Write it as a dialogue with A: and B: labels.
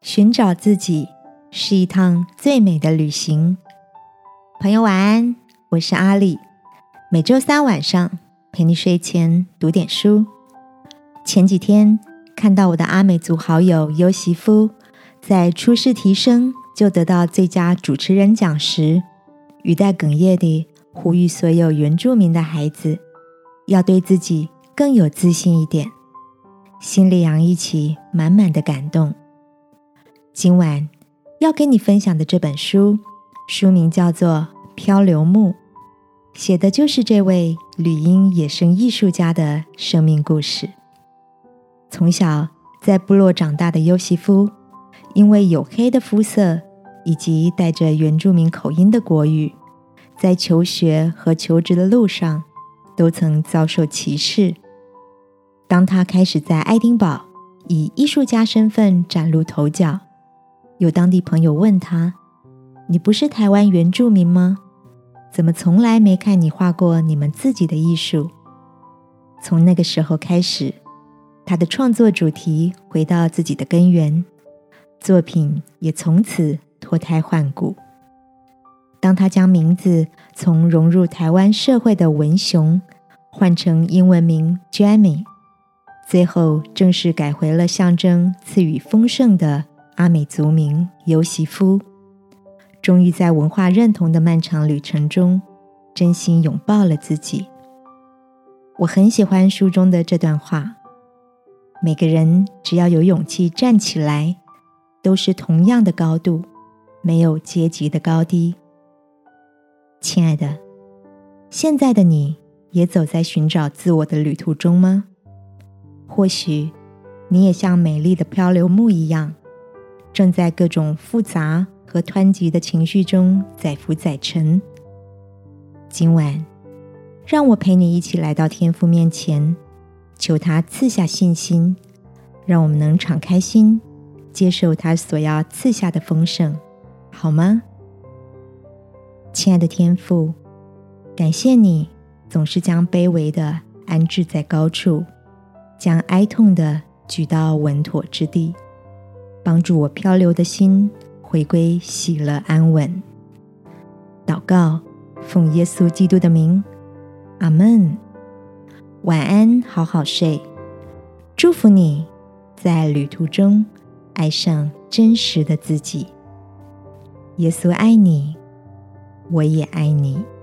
A: 寻找自己是一趟最美的旅行。朋友晚安，我是阿里，每周三晚上陪你睡前读点书。前几天看到我的阿美族好友尤席夫在初试提升就得到最佳主持人奖时，语带哽咽地呼吁所有原住民的孩子要对自己更有自信一点，心里洋溢起满满的感动。今晚要跟你分享的这本书，书名叫做《漂流木》，写的就是这位旅英野生艺术家的生命故事。从小在部落长大的尤席夫，因为黝黑的肤色以及带着原住民口音的国语，在求学和求职的路上都曾遭受歧视。当他开始在爱丁堡以艺术家身份崭露头角，有当地朋友问他：你不是台湾原住民吗？怎么从来没看你画过你们自己的艺术？从那个时候开始，他的创作主题回到自己的根源，作品也从此脱胎换骨。当他将名字从融入台湾社会的文雄换成英文名 Jamie， 最后正式改回了象征赐予丰盛的阿美族名尤席夫，终于在文化认同的漫长旅程中真心拥抱了自己。我很喜欢书中的这段话：每个人只要有勇气站起来，都是同样的高度，没有阶级的高低。亲爱的，现在的你也走在寻找自我的旅途中吗？或许你也像美丽的漂流木一样，正在各种复杂和湍急的情绪中载浮载沉。今晚，让我陪你一起来到天父面前，求他赐下信心，让我们能敞开心，接受他所要赐下的丰盛，好吗？亲爱的天父，感谢你总是将卑微的安置在高处，将哀痛的举到稳妥之地，帮助我漂流的心回归喜乐安稳。祷告，奉耶稣基督的名，阿们。晚安，好好睡。祝福你在旅途中爱上真实的自己。耶稣爱你，我也爱你。